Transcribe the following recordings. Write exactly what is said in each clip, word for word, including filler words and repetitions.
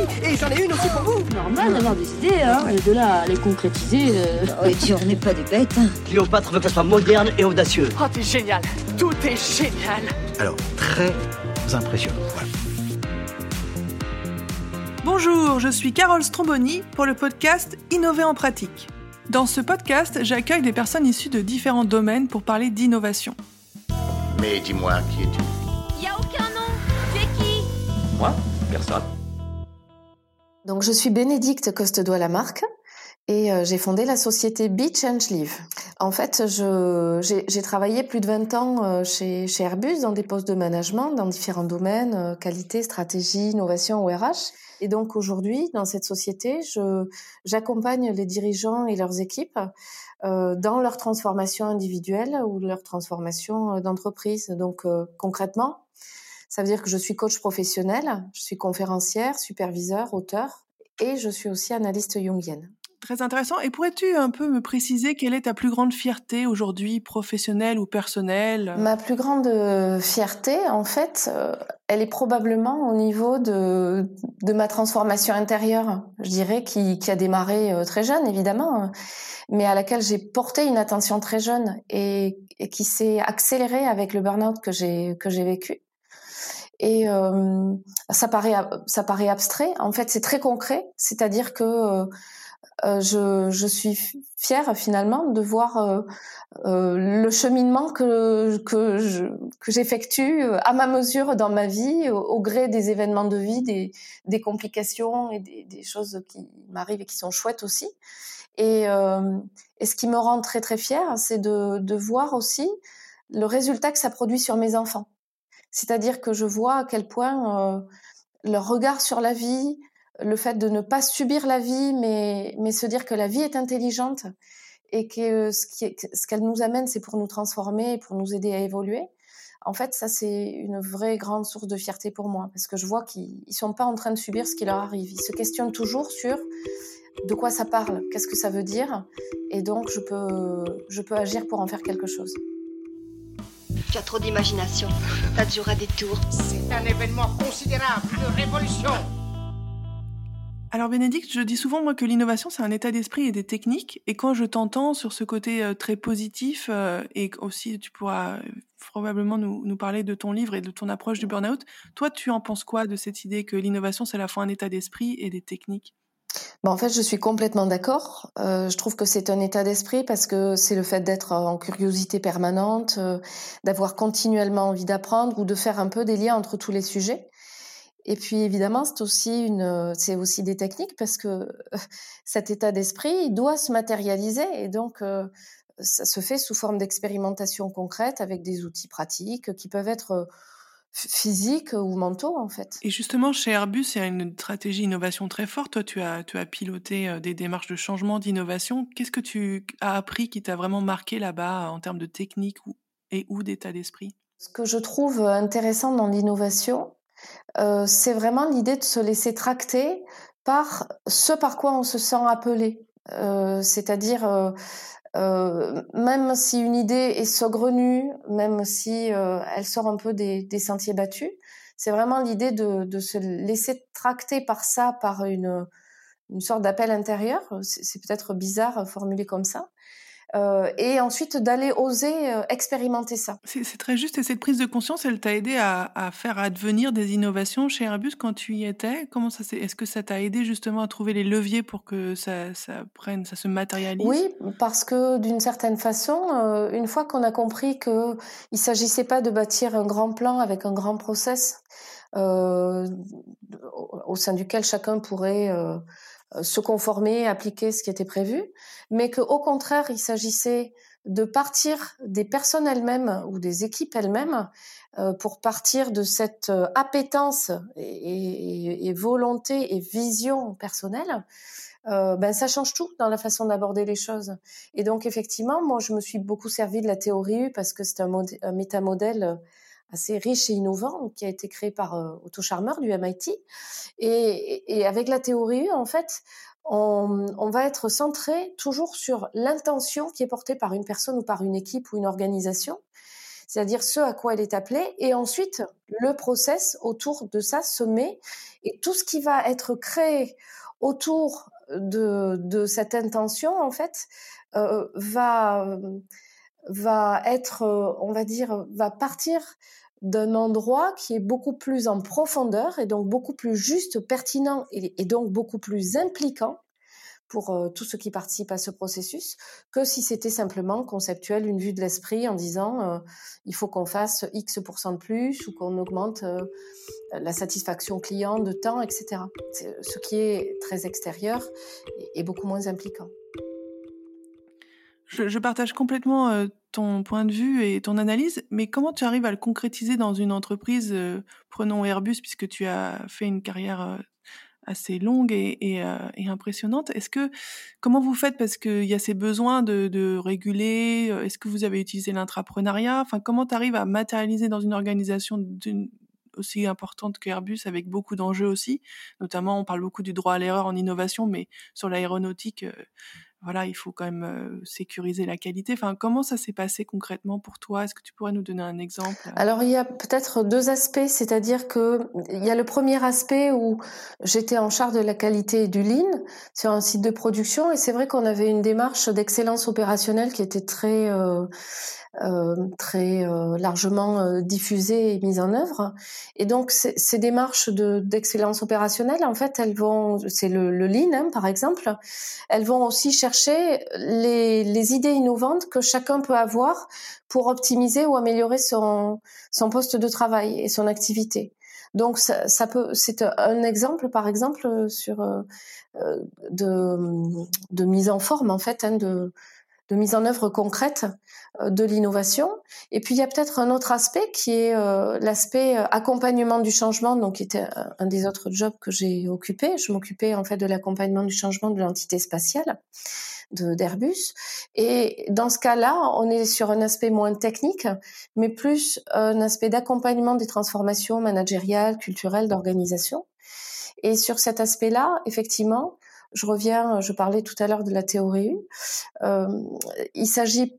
et j'en ai une aussi pour vous. Normal d'avoir des idées, hein, et de là à les concrétiser... Euh... Oh, et puis on n'est pas des bêtes, hein. Cléopâtre veut qu'elle soit moderne et audacieuse. Oh, t'es génial. Tout est génial. Alors, très impressionnant, voilà. Bonjour, je suis Carole Stromboni pour le podcast Innover en pratique. Dans ce podcast, j'accueille des personnes issues de différents domaines pour parler d'innovation. Mais dis-moi, qui es-tu ? Y a aucun nom. Tu es qui ? Moi ? Personne. Donc, je suis Bénédicte Costedois-Lamarque et euh, j'ai fondé la société Be Change Live. En fait, je, j'ai, j'ai travaillé plus de vingt ans euh, chez, chez Airbus dans des postes de management dans différents domaines, euh, qualité, stratégie, innovation ou R H. Et donc aujourd'hui, dans cette société, je, j'accompagne les dirigeants et leurs équipes euh, dans leur transformation individuelle ou leur transformation euh, d'entreprise. Donc euh, concrètement, ça veut dire que je suis coach professionnel, je suis conférencière, superviseur, auteur et je suis aussi analyste jungienne. Très intéressant. Et pourrais-tu un peu me préciser quelle est ta plus grande fierté aujourd'hui, professionnelle ou personnelle ? Ma plus grande fierté, en fait, euh, elle est probablement au niveau de, de ma transformation intérieure, je dirais, qui, qui a démarré euh, très jeune, évidemment, mais à laquelle j'ai porté une attention très jeune et, et qui s'est accélérée avec le burn-out que j'ai, que j'ai vécu. Et euh, ça paraît, ça paraît abstrait. En fait, c'est très concret, c'est-à-dire que euh, Euh, je, je suis fière finalement de voir euh, euh, le cheminement que que je, que j'effectue à ma mesure dans ma vie, au, au gré des événements de vie, des des complications et des, des choses qui m'arrivent et qui sont chouettes aussi. Et euh, et ce qui me rend très très fière, c'est de de voir aussi le résultat que ça produit sur mes enfants. C'est-à-dire que je vois à quel point euh, leur regard sur la vie, le fait de ne pas subir la vie, mais, mais se dire que la vie est intelligente et que ce, qui est, ce qu'elle nous amène, c'est pour nous transformer et pour nous aider à évoluer. En fait, ça, c'est une vraie grande source de fierté pour moi parce que je vois qu'ils ne sont pas en train de subir ce qui leur arrive. Ils se questionnent toujours sur de quoi ça parle, qu'est-ce que ça veut dire, et donc je peux, je peux agir pour en faire quelque chose. Tu as trop d'imagination. T'as toujours à des tours. C'est un événement considérable, une révolution. Alors Bénédicte, je dis souvent moi que l'innovation c'est un état d'esprit et des techniques, et quand je t'entends sur ce côté euh, très positif euh, et aussi tu pourras euh, probablement nous, nous parler de ton livre et de ton approche du burn-out, toi tu en penses quoi de cette idée que l'innovation c'est à la fois un état d'esprit et des techniques ? Ben en fait, je suis complètement d'accord. Euh, je trouve que c'est un état d'esprit parce que c'est le fait d'être en curiosité permanente, euh, d'avoir continuellement envie d'apprendre ou de faire un peu des liens entre tous les sujets. Et puis évidemment, c'est aussi une, c'est aussi des techniques parce que cet état d'esprit il doit se matérialiser et donc euh, ça se fait sous forme d'expérimentation concrète avec des outils pratiques qui peuvent être physiques ou mentaux en fait. Et justement, chez Airbus, il y a une stratégie innovation très forte. Toi, tu as, tu as piloté des démarches de changement, d'innovation. Qu'est-ce que tu as appris qui t'a vraiment marqué là-bas en termes de technique ou, et ou d'état d'esprit ? Ce que je trouve intéressant dans l'innovation, Euh, c'est vraiment l'idée de se laisser tracter par ce par quoi on se sent appelé. Euh, c'est-à-dire, euh, euh, même si une idée est saugrenue, même si euh, elle sort un peu des, des sentiers battus, c'est vraiment l'idée de, de se laisser tracter par ça, par une, une sorte d'appel intérieur. C'est, c'est peut-être bizarre formulé comme ça. Euh, et ensuite d'aller oser euh, expérimenter ça. C'est, c'est très juste, et cette prise de conscience, elle t'a aidé à, à faire advenir des innovations chez Airbus quand tu y étais. Comment ça s'est, est-ce que ça t'a aidé justement à trouver les leviers pour que ça, ça prenne, ça se matérialise ? Oui, parce que d'une certaine façon, euh, une fois qu'on a compris que il s'agissait pas de bâtir un grand plan avec un grand process euh, au sein duquel chacun pourrait euh, se conformer, appliquer ce qui était prévu, mais qu'au contraire, il s'agissait de partir des personnes elles-mêmes ou des équipes elles-mêmes euh, pour partir de cette euh, appétence et, et, et volonté et vision personnelle. Euh, ben ça change tout dans la façon d'aborder les choses. Et donc effectivement, moi je me suis beaucoup servi de la théorie U parce que c'est un, modé- un métamodèle assez riche et innovant qui a été créé par euh, Otto Scharmer du M I T. Et, et avec la théorie U, en fait, on, on va être centré toujours sur l'intention qui est portée par une personne ou par une équipe ou une organisation. c'est-à-dire ce à quoi elle est appelée, et ensuite le process autour de ça se met, et tout ce qui va être créé autour de, de cette intention, en fait, euh, va, va être, on va dire, va partir d'un endroit qui est beaucoup plus en profondeur et donc beaucoup plus juste, pertinent et, et donc beaucoup plus impliquant pour euh, tous ceux qui participent à ce processus, que si c'était simplement conceptuel, une vue de l'esprit en disant euh, il faut qu'on fasse X pour cent de plus ou qu'on augmente euh, la satisfaction client de temps, et cetera. C'est, ce qui est très extérieur et, et beaucoup moins impliquant. Je, je partage complètement euh, ton point de vue et ton analyse, mais comment tu arrives à le concrétiser dans une entreprise, euh, prenons Airbus, puisque tu as fait une carrière euh, assez longue et, et, euh, et impressionnante. Est-ce que, comment vous faites, parce qu'il y a ces besoins de, de réguler, euh, est-ce que vous avez utilisé l'intrapreneuriat, enfin, comment tu arrives à matérialiser dans une organisation d'une, aussi importante qu'Airbus, avec beaucoup d'enjeux aussi, notamment on parle beaucoup du droit à l'erreur en innovation, mais sur l'aéronautique, euh, voilà, il faut quand même euh, sécuriser la qualité. Enfin, comment ça s'est passé concrètement pour toi? Est-ce que tu pourrais nous donner un exemple? Alors, il y a peut-être deux aspects, c'est-à-dire que il y a le premier aspect où j'étais en charge de la qualité et du lean sur un site de production, et c'est vrai qu'on avait une démarche d'excellence opérationnelle qui était très euh, euh, très euh, largement euh, diffusée et mise en œuvre. Et donc, ces, ces démarches de, d'excellence opérationnelle, en fait, elles vont, c'est le, le lean, hein, par exemple, elles vont aussi chercher les, les idées innovantes que chacun peut avoir pour optimiser ou améliorer son, son poste de travail et son activité. Donc, ça, ça peut, c'est un exemple, par exemple, sur euh, de, de mise en forme, en fait, hein, de de mise en œuvre concrète de l'innovation. Et puis il y a peut-être un autre aspect qui est euh, l'aspect accompagnement du changement, donc qui était un des autres jobs que j'ai occupé. Je m'occupais en fait de l'accompagnement du changement de l'entité spatiale de d'Airbus. Et dans ce cas-là, on est sur un aspect moins technique, mais plus un aspect d'accompagnement des transformations managériales, culturelles, d'organisation. Et sur cet aspect-là, effectivement, je reviens, je parlais tout à l'heure de la théorie U. Euh, il s'agit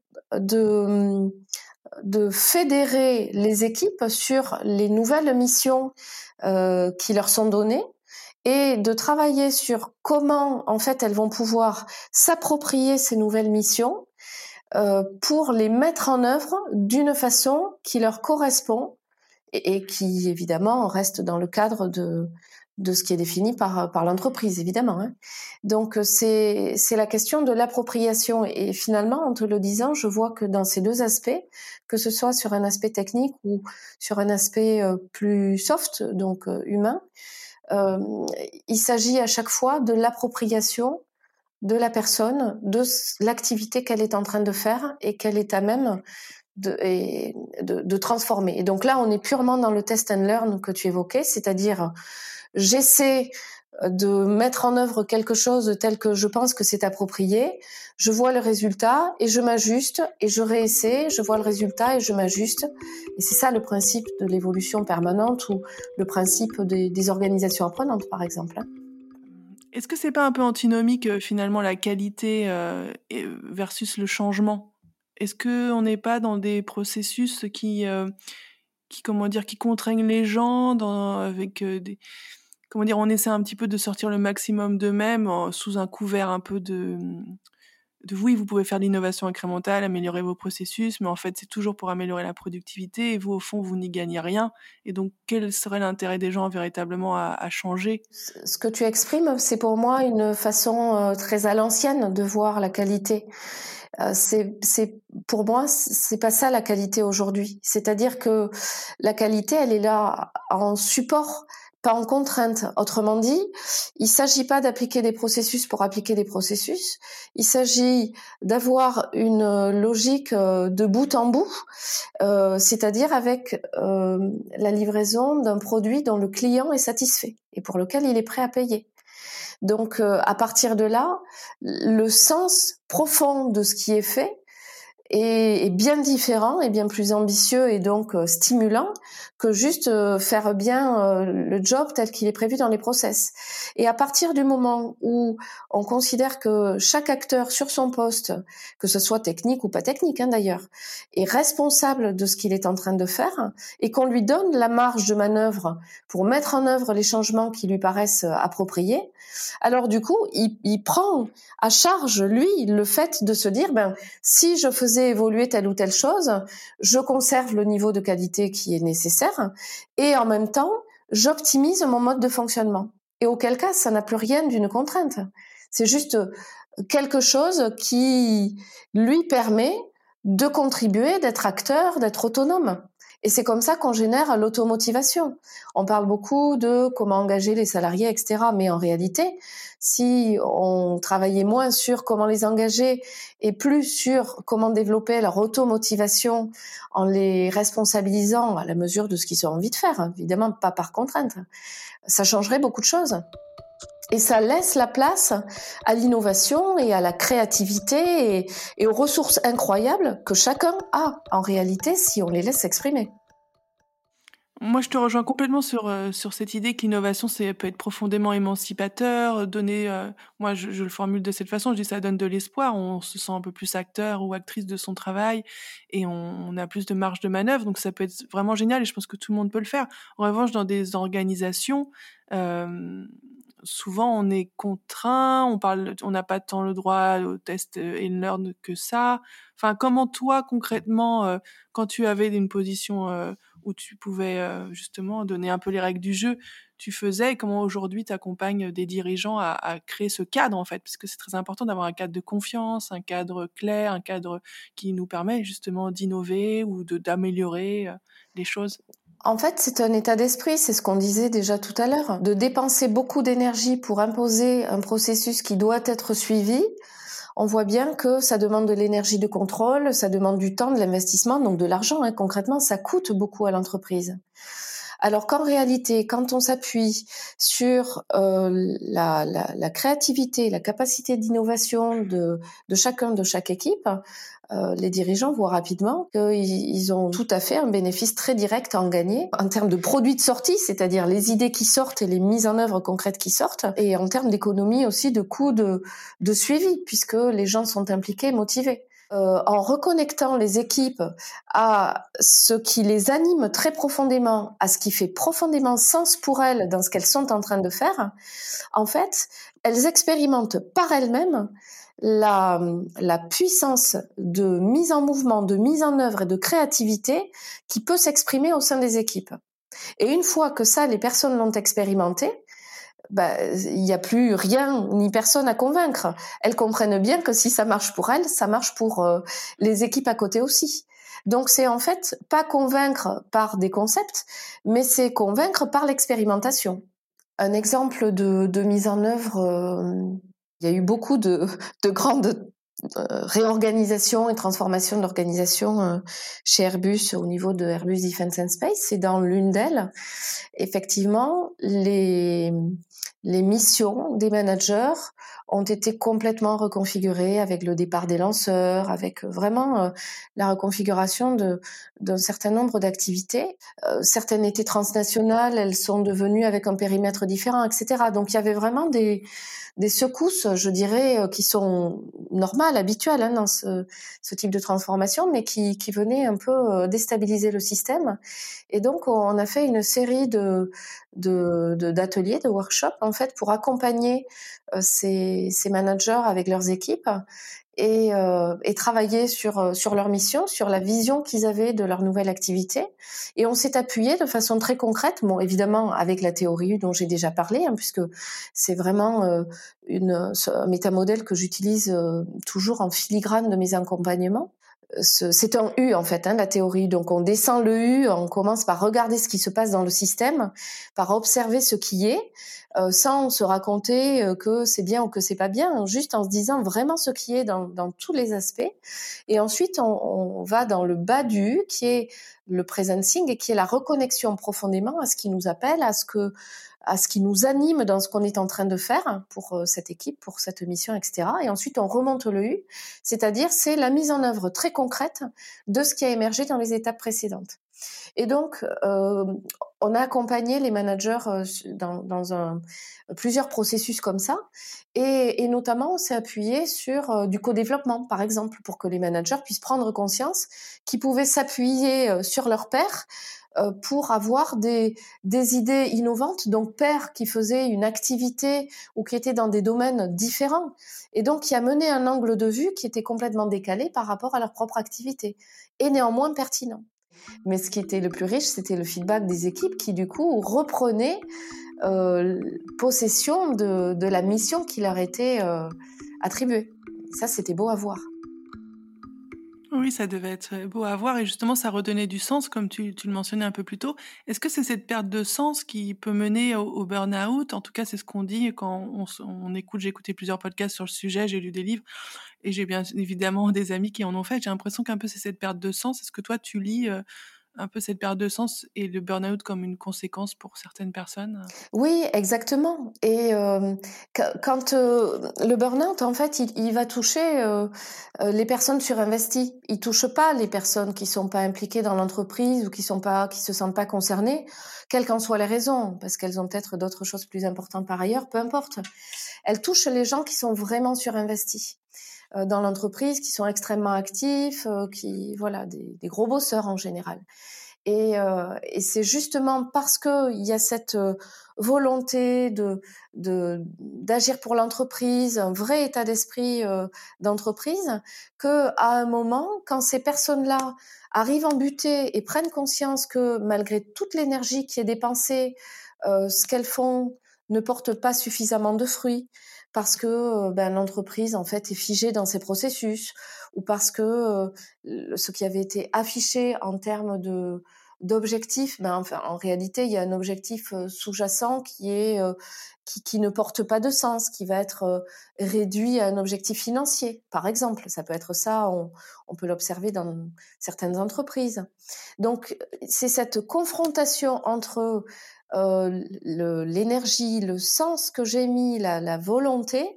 de, de fédérer les équipes sur les nouvelles missions euh, qui leur sont données et de travailler sur comment, en fait, elles vont pouvoir s'approprier ces nouvelles missions euh, pour les mettre en œuvre d'une façon qui leur correspond et, et qui, évidemment, reste dans le cadre de de ce qui est défini par par l'entreprise, évidemment. Hein. Donc c'est c'est la question de l'appropriation, et finalement, en te le disant, je vois que dans ces deux aspects, que ce soit sur un aspect technique ou sur un aspect euh, plus soft, donc euh, humain, euh, il s'agit à chaque fois de l'appropriation de la personne, de l'activité qu'elle est en train de faire et qu'elle est à même de, et de, de transformer. Et donc là, on est purement dans le test and learn que tu évoquais, c'est-à-dire j'essaie de mettre en œuvre quelque chose tel que je pense que c'est approprié, je vois le résultat et je m'ajuste et je réessaie, je vois le résultat et je m'ajuste. Et c'est ça le principe de l'évolution permanente ou le principe des, des organisations apprenantes, par exemple. Est-ce que c'est pas un peu antinomique finalement la qualité euh, versus le changement? Est-ce que on n'est pas dans des processus qui, euh, qui comment dire, qui contraignent les gens dans, avec euh, des comment dire, on essaie un petit peu de sortir le maximum d'eux-mêmes en, sous un couvert un peu de, de oui, vous pouvez faire de l'innovation incrémentale, améliorer vos processus, mais en fait, c'est toujours pour améliorer la productivité et vous, au fond, vous n'y gagnez rien. Et donc, quel serait l'intérêt des gens véritablement à, à changer? Ce que tu exprimes, c'est pour moi une façon euh, très à l'ancienne de voir la qualité. Euh, c'est, c'est, pour moi, c'est pas ça la qualité aujourd'hui. C'est-à-dire que la qualité, elle est là en support, pas en contrainte. Autrement dit, il s'agit pas d'appliquer des processus pour appliquer des processus. Il s'agit d'avoir une logique de bout en bout, euh, c'est-à-dire avec euh, la livraison d'un produit dont le client est satisfait et pour lequel il est prêt à payer. Donc, euh, à partir de là, le sens profond de ce qui est fait est, est bien différent et bien plus ambitieux et donc euh, stimulant que juste euh, faire bien euh, le job tel qu'il est prévu dans les process. Et à partir du moment où on considère que chaque acteur sur son poste, que ce soit technique ou pas technique hein, d'ailleurs, est responsable de ce qu'il est en train de faire et qu'on lui donne la marge de manœuvre pour mettre en œuvre les changements qui lui paraissent appropriés, alors du coup, il, il prend à charge, lui, le fait de se dire, ben, si je faisais évoluer telle ou telle chose, je conserve le niveau de qualité qui est nécessaire et en même temps, j'optimise mon mode de fonctionnement. Et auquel cas, ça n'a plus rien d'une contrainte. C'est juste quelque chose qui lui permet de contribuer, d'être acteur, d'être autonome. Et c'est comme ça qu'on génère l'automotivation. On parle beaucoup de comment engager les salariés, et cetera. Mais en réalité, si on travaillait moins sur comment les engager et plus sur comment développer leur automotivation en les responsabilisant à la mesure de ce qu'ils ont envie de faire, évidemment pas par contrainte, ça changerait beaucoup de choses. Et ça laisse la place à l'innovation et à la créativité et, et aux ressources incroyables que chacun a, en réalité, si on les laisse s'exprimer. Moi, je te rejoins complètement sur, euh, sur cette idée que l'innovation, c'est, peut être profondément émancipateur, donner... Euh, moi, je, je le formule de cette façon, je dis ça donne de l'espoir, on se sent un peu plus acteur ou actrice de son travail et on, on a plus de marge de manœuvre, donc ça peut être vraiment génial et je pense que tout le monde peut le faire. En revanche, dans des organisations... Euh, souvent on est contraint, on parle, on n'a pas tant le droit au test et learn que ça. Enfin, comment toi concrètement, euh, quand tu avais une position euh, où tu pouvais euh, justement donner un peu les règles du jeu, tu faisais, et comment aujourd'hui tu accompagnes des dirigeants à, à créer ce cadre en fait, parce que c'est très important d'avoir un cadre de confiance, un cadre clair, un cadre qui nous permet justement d'innover ou de d'améliorer euh, les choses. En fait, c'est un état d'esprit, c'est ce qu'on disait déjà tout à l'heure, de dépenser beaucoup d'énergie pour imposer un processus qui doit être suivi. On voit bien que ça demande de l'énergie de contrôle, ça demande du temps, de l'investissement, donc de l'argent. Hein. Concrètement, ça coûte beaucoup à l'entreprise. Alors qu'en réalité, quand on s'appuie sur euh, la, la, la créativité, la capacité d'innovation de, de chacun, de chaque équipe, euh, les dirigeants voient rapidement qu'ils ils ont tout à fait un bénéfice très direct à en gagner en termes de produits de sortie, c'est-à-dire les idées qui sortent et les mises en œuvre concrètes qui sortent, et en termes d'économie aussi de coûts de, de suivi, puisque les gens sont impliqués, motivés. Euh, en reconnectant les équipes à ce qui les anime très profondément, à ce qui fait profondément sens pour elles dans ce qu'elles sont en train de faire, en fait, elles expérimentent par elles-mêmes la, la puissance de mise en mouvement, de mise en œuvre et de créativité qui peut s'exprimer au sein des équipes. Et une fois que ça, les personnes l'ont expérimenté, bah, il n'y a plus rien ni personne à convaincre. Elles comprennent bien que si ça marche pour elles, ça marche pour euh, les équipes à côté aussi. Donc c'est en fait pas convaincre par des concepts, mais c'est convaincre par l'expérimentation. Un exemple de, de mise en œuvre, euh, il y a eu beaucoup de, de grandes euh, réorganisations et transformations de l'organisation euh, chez Airbus au niveau de Airbus Defence and Space. C'est dans l'une d'elles, effectivement, les... Les missions des managers ont été complètement reconfigurées avec le départ des lanceurs, avec vraiment euh, la reconfiguration de, d'un certain nombre d'activités. Euh, certaines étaient transnationales, elles sont devenues avec un périmètre différent, et cetera. Donc il y avait vraiment des, des secousses, je dirais, euh, qui sont normales, habituelles hein, dans ce, ce type de transformation, mais qui, qui venaient un peu euh, déstabiliser le système. Et donc on a fait une série de, de, de d'ateliers, de workshops en fait pour accompagner euh, ces, ces managers avec leurs équipes et, euh, et travailler sur sur leur mission, sur la vision qu'ils avaient de leur nouvelle activité. Et on s'est appuyé de façon très concrète, bon évidemment avec la théorie dont j'ai déjà parlé, hein, puisque c'est vraiment euh, une un métamodèle que j'utilise euh, toujours en filigrane de mes accompagnements. C'est un U en fait, hein, la théorie. Donc on descend le U, on commence par regarder ce qui se passe dans le système, par observer ce qui est, euh, sans se raconter euh, que c'est bien ou que c'est pas bien, juste en se disant vraiment ce qui est dans, dans tous les aspects. Et ensuite on, on va dans le bas du U, qui est le presencing et qui est la reconnexion profondément à ce qui nous appelle, à ce que, à ce qui nous anime dans ce qu'on est en train de faire pour euh, cette équipe, pour cette mission, et cetera. Et ensuite, on remonte le U, c'est-à-dire c'est la mise en œuvre très concrète de ce qui a émergé dans les étapes précédentes. Et donc, euh, on a accompagné les managers euh, dans, dans un, plusieurs processus comme ça, et, et notamment on s'est appuyé sur euh, du co-développement, par exemple, pour que les managers puissent prendre conscience qu'ils pouvaient s'appuyer euh, sur leurs pairs euh, pour avoir des, des idées innovantes, donc pairs qui faisaient une activité ou qui étaient dans des domaines différents, et donc qui amenaient un angle de vue qui était complètement décalé par rapport à leur propre activité, et néanmoins pertinent. Mais ce qui était le plus riche, c'était le feedback des équipes qui, du coup, reprenaient euh, possession de, de la mission qui leur était euh, attribuée. Ça, c'était beau à voir. Oui, ça devait être beau à voir et justement, ça redonnait du sens, comme tu, tu le mentionnais un peu plus tôt. Est-ce que c'est cette perte de sens qui peut mener au, au burn-out? En tout cas, c'est ce qu'on dit quand on, on écoute. J'ai écouté plusieurs podcasts sur le sujet, j'ai lu des livres et j'ai bien évidemment des amis qui en ont fait. J'ai l'impression qu'un peu c'est cette perte de sens. Est-ce que toi, tu lis euh, un peu cette perte de sens et le burn-out comme une conséquence pour certaines personnes? Oui, exactement. Et euh, quand euh, le burn-out, en fait, il, il va toucher euh, les personnes surinvesties. Il touche pas les personnes qui sont pas impliquées dans l'entreprise ou qui sont pas, qui se sentent pas concernées, quelles qu'en soient les raisons, parce qu'elles ont peut-être d'autres choses plus importantes par ailleurs. Peu importe. Elle touche les gens qui sont vraiment surinvestis dans l'entreprise, qui sont extrêmement actifs, euh, qui voilà, des, des gros bosseurs en général. Et, euh, et c'est justement parce que il y a cette euh, volonté de, de d'agir pour l'entreprise, un vrai état d'esprit euh, d'entreprise, que à un moment, quand ces personnes-là arrivent en butée et prennent conscience que malgré toute l'énergie qui est dépensée, euh, ce qu'elles font ne porte pas suffisamment de fruits, parce que ben, l'entreprise en fait est figée dans ses processus, ou parce que euh, ce qui avait été affiché en termes de d'objectifs, ben enfin en réalité il y a un objectif euh, sous-jacent qui est euh, qui, qui ne porte pas de sens, qui va être euh, réduit à un objectif financier, par exemple. Ça peut être ça, on, on peut l'observer dans certaines entreprises. Donc c'est cette confrontation entre Euh, le, l'énergie, le sens que j'ai mis, la, la volonté,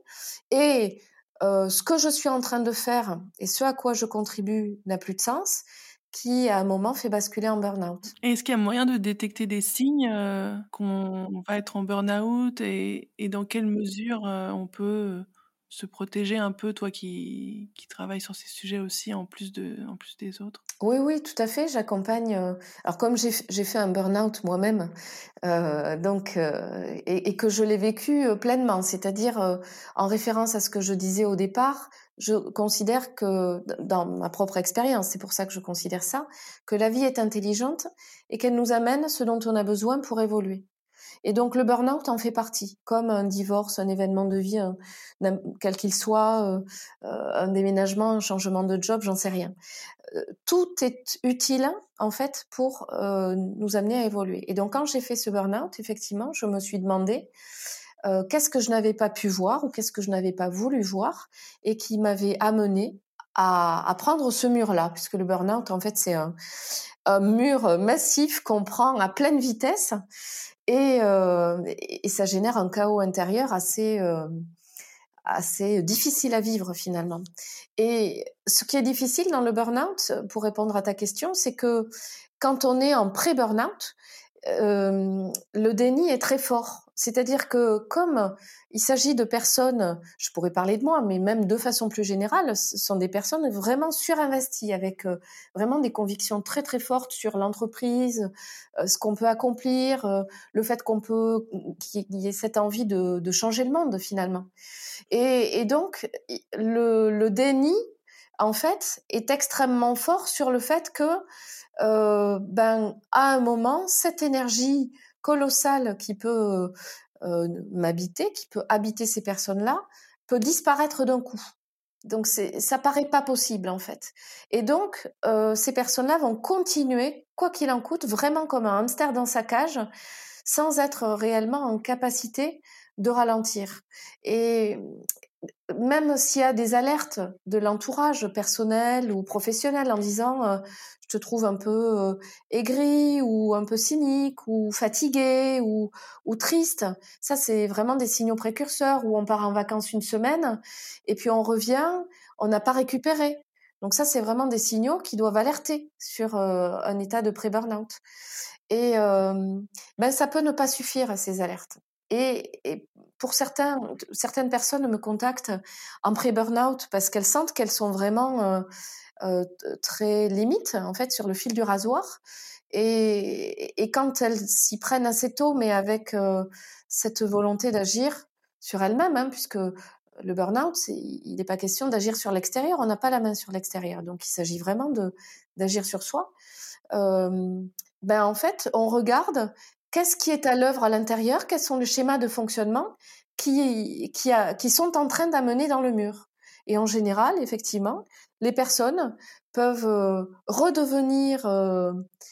et euh, ce que je suis en train de faire et ce à quoi je contribue n'a plus de sens, qui à un moment fait basculer en burn-out. Et est-ce qu'il y a moyen de détecter des signes euh, qu'on va être en burn-out et, et dans quelle mesure euh, on peut se protéger un peu, toi qui, qui travailles sur ces sujets aussi en plus, de, en plus des autres? Oui, oui, tout à fait. J'accompagne. Euh, alors, comme j'ai, j'ai fait un burn-out moi-même, euh, donc euh, et, et que je l'ai vécu euh, pleinement, c'est-à-dire euh, en référence à ce que je disais au départ, je considère que dans ma propre expérience, c'est pour ça que je considère ça, que la vie est intelligente et qu'elle nous amène ce dont on a besoin pour évoluer. Et donc le burn-out en fait partie, comme un divorce, un événement de vie, un, un, quel qu'il soit, euh, un déménagement, un changement de job, j'en sais rien. Euh, tout est utile en fait pour euh, nous amener à évoluer. Et donc quand j'ai fait ce burn-out, effectivement, je me suis demandé euh, qu'est-ce que je n'avais pas pu voir ou qu'est-ce que je n'avais pas voulu voir et qui m'avait amené à, à prendre ce mur-là, puisque le burn-out en fait c'est un, un mur massif qu'on prend à pleine vitesse. Et, euh, et ça génère un chaos intérieur assez, euh, assez difficile à vivre finalement. Et ce qui est difficile dans le burn-out, pour répondre à ta question, c'est que quand on est en pré-burn-out, euh, le déni est très fort. C'est-à-dire que comme il s'agit de personnes, je pourrais parler de moi, mais même de façon plus générale, ce sont des personnes vraiment surinvesties, avec euh, vraiment des convictions très très fortes sur l'entreprise, euh, ce qu'on peut accomplir, euh, le fait qu'on peut, qu'il y ait cette envie de, de changer le monde finalement. Et, et donc le, le déni, en fait, est extrêmement fort sur le fait que Euh, ben, à un moment, cette énergie colossale qui peut euh, m'habiter, qui peut habiter ces personnes-là, peut disparaître d'un coup. Donc, c'est, ça paraît pas possible, en fait. Et donc, euh, ces personnes-là vont continuer, quoi qu'il en coûte, vraiment comme un hamster dans sa cage, sans être réellement en capacité de ralentir. Et même s'il y a des alertes de l'entourage personnel ou professionnel en disant euh, je te trouve un peu euh, aigri ou un peu cynique ou fatigué ou, ou triste, ça c'est vraiment des signaux précurseurs où on part en vacances une semaine et puis on revient, on n'a pas récupéré. Donc ça c'est vraiment des signaux qui doivent alerter sur euh, un état de pré-burnout. Et euh, ben ça peut ne pas suffire à ces alertes. Et, et pour certains, certaines personnes me contactent en pré-burnout parce qu'elles sentent qu'elles sont vraiment euh, euh, très limites en fait sur le fil du rasoir. Et, et quand elles s'y prennent assez tôt, mais avec euh, cette volonté d'agir sur elles-mêmes, hein, puisque le burn-out, c'est, il n'est pas question d'agir sur l'extérieur, on n'a pas la main sur l'extérieur, donc il s'agit vraiment de, d'agir sur soi. Euh, ben en fait, on regarde qu'est-ce qui est à l'œuvre à l'intérieur, quels sont les schémas de fonctionnement qui, qui, a, qui sont en train d'amener dans le mur. Et en général, effectivement, les personnes peuvent euh, redevenir, euh,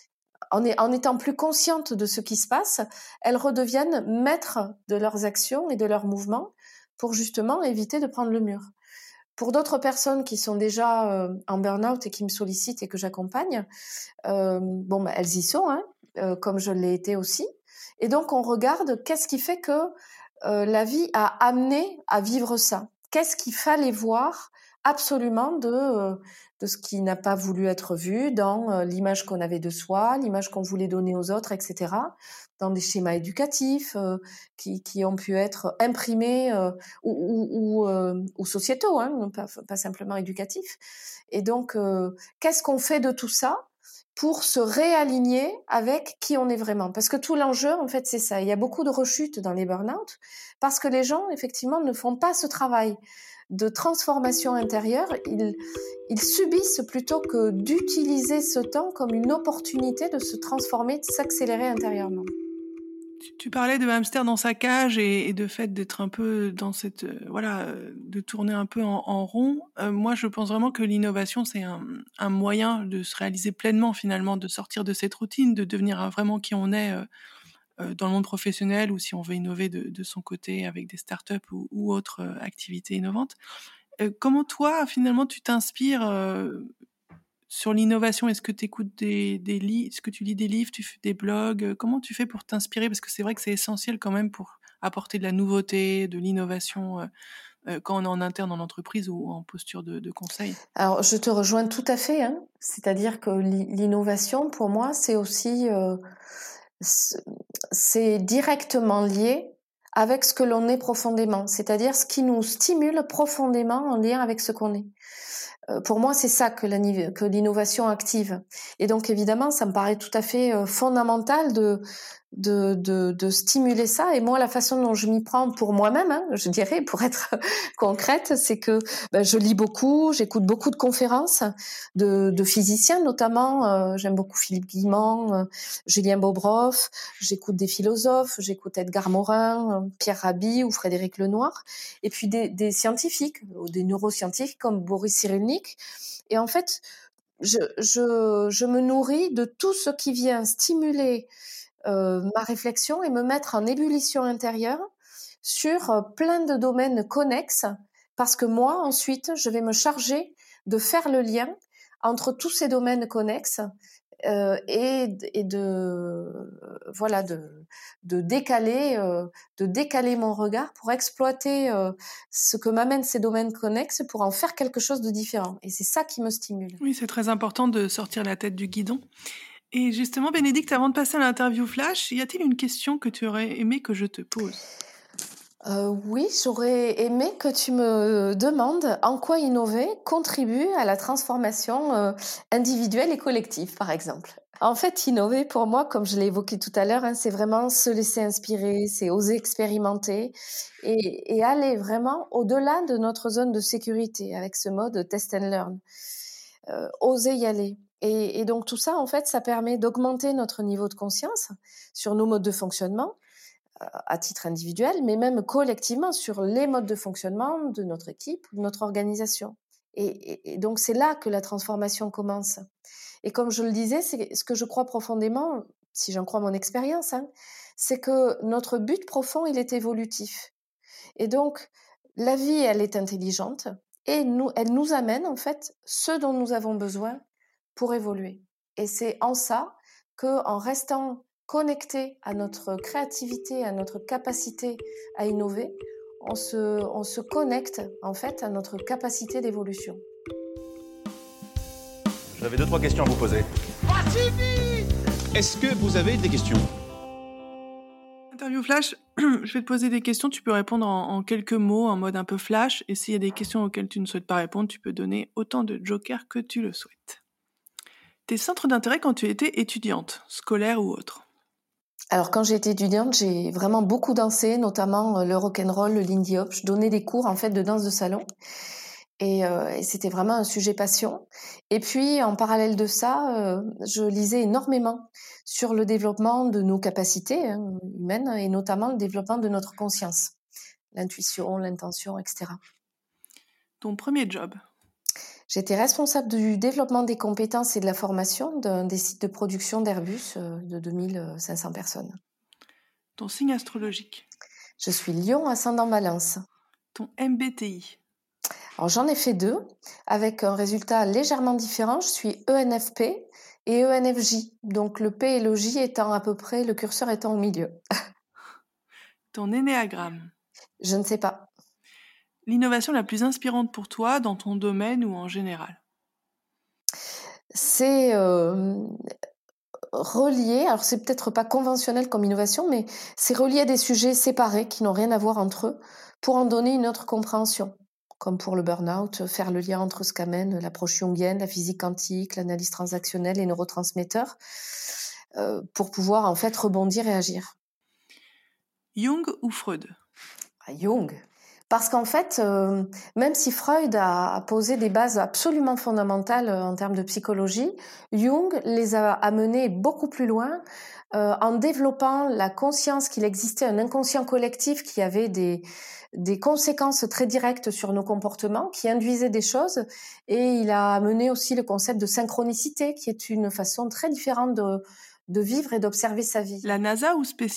en, est, en étant plus conscientes de ce qui se passe, elles redeviennent maîtres de leurs actions et de leurs mouvements pour justement éviter de prendre le mur. Pour d'autres personnes qui sont déjà euh, en burn-out et qui me sollicitent et que j'accompagne, euh, bon, bah, elles y sont, hein, euh, comme je l'ai été aussi. Et donc, on regarde qu'est-ce qui fait que euh, la vie a amené à vivre ça. Qu'est-ce qu'il fallait voir absolument de, euh, de ce qui n'a pas voulu être vu dans euh, l'image qu'on avait de soi, l'image qu'on voulait donner aux autres, et cetera, dans des schémas éducatifs euh, qui, qui ont pu être imprimés euh, ou, ou, ou, euh, ou sociétaux, hein, pas, pas simplement éducatifs. Et donc, euh, qu'est-ce qu'on fait de tout ça pour se réaligner avec qui on est vraiment? Parce que tout l'enjeu, en fait, c'est ça. Il y a beaucoup de rechutes dans les burn-out parce que les gens, effectivement, ne font pas ce travail de transformation intérieure. Ils, ils subissent plutôt que d'utiliser ce temps comme une opportunité de se transformer, de s'accélérer intérieurement. Tu, tu parlais de hamster dans sa cage et, et de fait d'être un peu dans cette euh, voilà euh, de tourner un peu en, en rond. Euh, moi, je pense vraiment que l'innovation c'est un, un moyen de se réaliser pleinement finalement, de sortir de cette routine, de devenir euh, vraiment qui on est euh, euh, dans le monde professionnel ou si on veut innover de, de son côté avec des startups ou, ou autres euh, activités innovantes. Euh, comment toi finalement tu t'inspires euh, sur l'innovation? Est-ce que tu écoutes des, des livres, est-ce que tu lis des livres, tu fais des blogs? Comment tu fais pour t'inspirer? Parce que c'est vrai que c'est essentiel quand même pour apporter de la nouveauté, de l'innovation euh, euh, quand on est en interne en entreprise ou en posture de, de conseil. Alors, je te rejoins tout à fait. Hein. C'est-à-dire que l'innovation, pour moi, c'est aussi euh, c'est directement lié avec ce que l'on est profondément. C'est-à-dire ce qui nous stimule profondément en lien avec ce qu'on est. Pour moi, c'est ça que, la, que l'innovation active. Et donc, évidemment, ça me paraît tout à fait euh, fondamental de, de, de, de stimuler ça. Et moi, la façon dont je m'y prends pour moi-même, hein, je dirais, pour être concrète, c'est que ben, je lis beaucoup, j'écoute beaucoup de conférences de, de physiciens, notamment. Euh, j'aime beaucoup Philippe Guillemont, euh, Julien Bobroff. J'écoute des philosophes, j'écoute Edgar Morin, euh, Pierre Rabhi ou Frédéric Lenoir. Et puis des, des scientifiques, ou des neuroscientifiques comme Boris Cyrulnik. Et en fait, je, je, je me nourris de tout ce qui vient stimuler euh, ma réflexion et me mettre en ébullition intérieure sur euh, plein de domaines connexes, parce que moi, ensuite, je vais me charger de faire le lien entre tous ces domaines connexes euh, et, et de euh, voilà de, de décaler euh, de décaler mon regard pour exploiter euh, ce que m'amènent ces domaines connexes pour en faire quelque chose de différent. Et c'est ça qui me stimule. Oui, c'est très important de sortir la tête du guidon. Et justement, Bénédicte, avant de passer à l'interview flash, y a-t-il une question que tu aurais aimé que je te pose? Euh, oui, j'aurais aimé que tu me demandes en quoi innover contribue à la transformation euh, individuelle et collective, par exemple. En fait, innover, pour moi, comme je l'ai évoqué tout à l'heure, hein, c'est vraiment se laisser inspirer, c'est oser expérimenter et, et aller vraiment au-delà de notre zone de sécurité avec ce mode test and learn. Euh, oser y aller. Et, et donc tout ça, en fait, ça permet d'augmenter notre niveau de conscience sur nos modes de fonctionnement, à titre individuel, mais même collectivement sur les modes de fonctionnement de notre équipe, de notre organisation. Et, et, et donc, c'est là que la transformation commence. Et comme je le disais, c'est ce que je crois profondément, si j'en crois mon expérience, hein, c'est que notre but profond, il est évolutif. Et donc, la vie, elle est intelligente et nous, elle nous amène en fait ce dont nous avons besoin pour évoluer. Et c'est en ça qu'en restant connecté à notre créativité, à notre capacité à innover, on se, on se connecte en fait à notre capacité d'évolution. J'avais deux, trois questions à vous poser. Est-ce que vous avez des questions ? Interview flash, je vais te poser des questions, tu peux répondre en, en quelques mots, en mode un peu flash, et s'il y a des questions auxquelles tu ne souhaites pas répondre, tu peux donner autant de jokers que tu le souhaites. Tes centres d'intérêt quand tu étais étudiante, scolaire ou autre ? Alors quand j'étais étudiante, j'ai vraiment beaucoup dansé, notamment le rock'n'roll, le lindy hop. Je donnais des cours en fait de danse de salon. Et, euh, et c'était vraiment un sujet passion. Et puis, en parallèle de ça, euh, je lisais énormément sur le développement de nos capacités hein, humaines et notamment le développement de notre conscience, l'intuition, l'intention, et cetera. Ton premier job ? J'étais responsable du développement des compétences et de la formation d'un des sites de production d'Airbus euh, de deux mille cinq cents personnes. Ton signe astrologique ? Je suis Lion, ascendant Balance. Ton M B T I ? Alors j'en ai fait deux, avec un résultat légèrement différent. Je suis E N F P et E N F J, donc le P et le J étant à peu près, le curseur étant au milieu. Ton énéagramme ? Je ne sais pas. L'innovation la plus inspirante pour toi dans ton domaine ou en général ? C'est euh, relié, alors c'est peut-être pas conventionnel comme innovation, mais c'est relié à des sujets séparés qui n'ont rien à voir entre eux pour en donner une autre compréhension. Comme pour le burn-out, faire le lien entre ce qu'amène l'approche jungienne, la physique quantique, l'analyse transactionnelle, les neurotransmetteurs, euh, pour pouvoir en fait rebondir et agir. Jung ou Freud ? Ah, Jung. Parce qu'en fait, euh, même si Freud a, a posé des bases absolument fondamentales en termes de psychologie, Jung les a amenés beaucoup plus loin euh, en développant la conscience qu'il existait un inconscient collectif qui avait des, des conséquences très directes sur nos comportements, qui induisait des choses, et il a amené aussi le concept de synchronicité, qui est une façon très différente de, de vivre et d'observer sa vie. La NASA ou SpaceX ?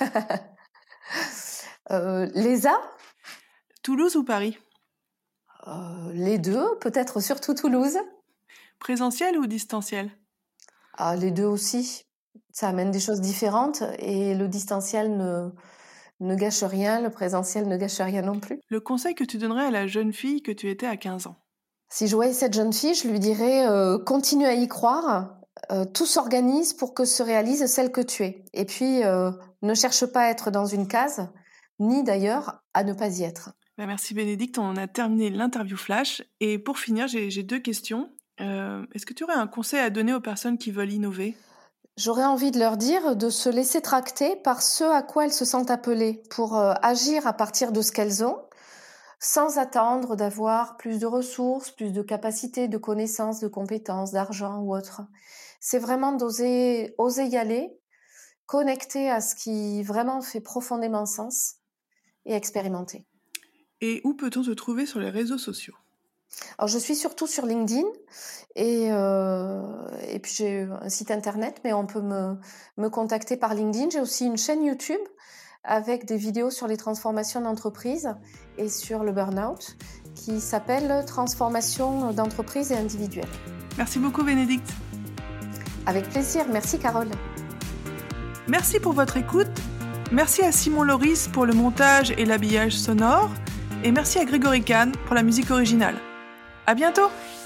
euh, l'E S A ? Toulouse ou Paris ? euh, Les deux, peut-être surtout Toulouse. Présentiel ou distanciel ? Ah, les deux aussi. Ça amène des choses différentes et le distanciel ne, ne gâche rien, le présentiel ne gâche rien non plus. Le conseil que tu donnerais à la jeune fille que tu étais à quinze ans ? Si je voyais cette jeune fille, je lui dirais euh, continue à y croire, euh, tout s'organise pour que se réalise celle que tu es. Et puis, euh, ne cherche pas à être dans une case, ni d'ailleurs à ne pas y être. Ben merci Bénédicte, on a terminé l'interview flash. Et pour finir, j'ai, j'ai deux questions. Euh, est-ce que tu aurais un conseil à donner aux personnes qui veulent innover ? J'aurais envie de leur dire de se laisser tracter par ce à quoi elles se sentent appelées pour euh, agir à partir de ce qu'elles ont, sans attendre d'avoir plus de ressources, plus de capacités, de connaissances, de compétences, d'argent ou autre. C'est vraiment d'oser oser y aller, connecter à ce qui vraiment fait profondément sens et expérimenter. Et où peut-on te trouver sur les réseaux sociaux ? Alors, je suis surtout sur LinkedIn et, euh, et puis j'ai un site internet, mais on peut me, me contacter par LinkedIn. J'ai aussi une chaîne YouTube avec des vidéos sur les transformations d'entreprise et sur le burn-out qui s'appelle Transformation d'entreprise et individuelle. Merci beaucoup Bénédicte. Avec plaisir, merci Carole. Merci pour votre écoute. Merci à Simon Loris pour le montage et l'habillage sonore. Et merci à Grégory Kahn pour la musique originale. À bientôt!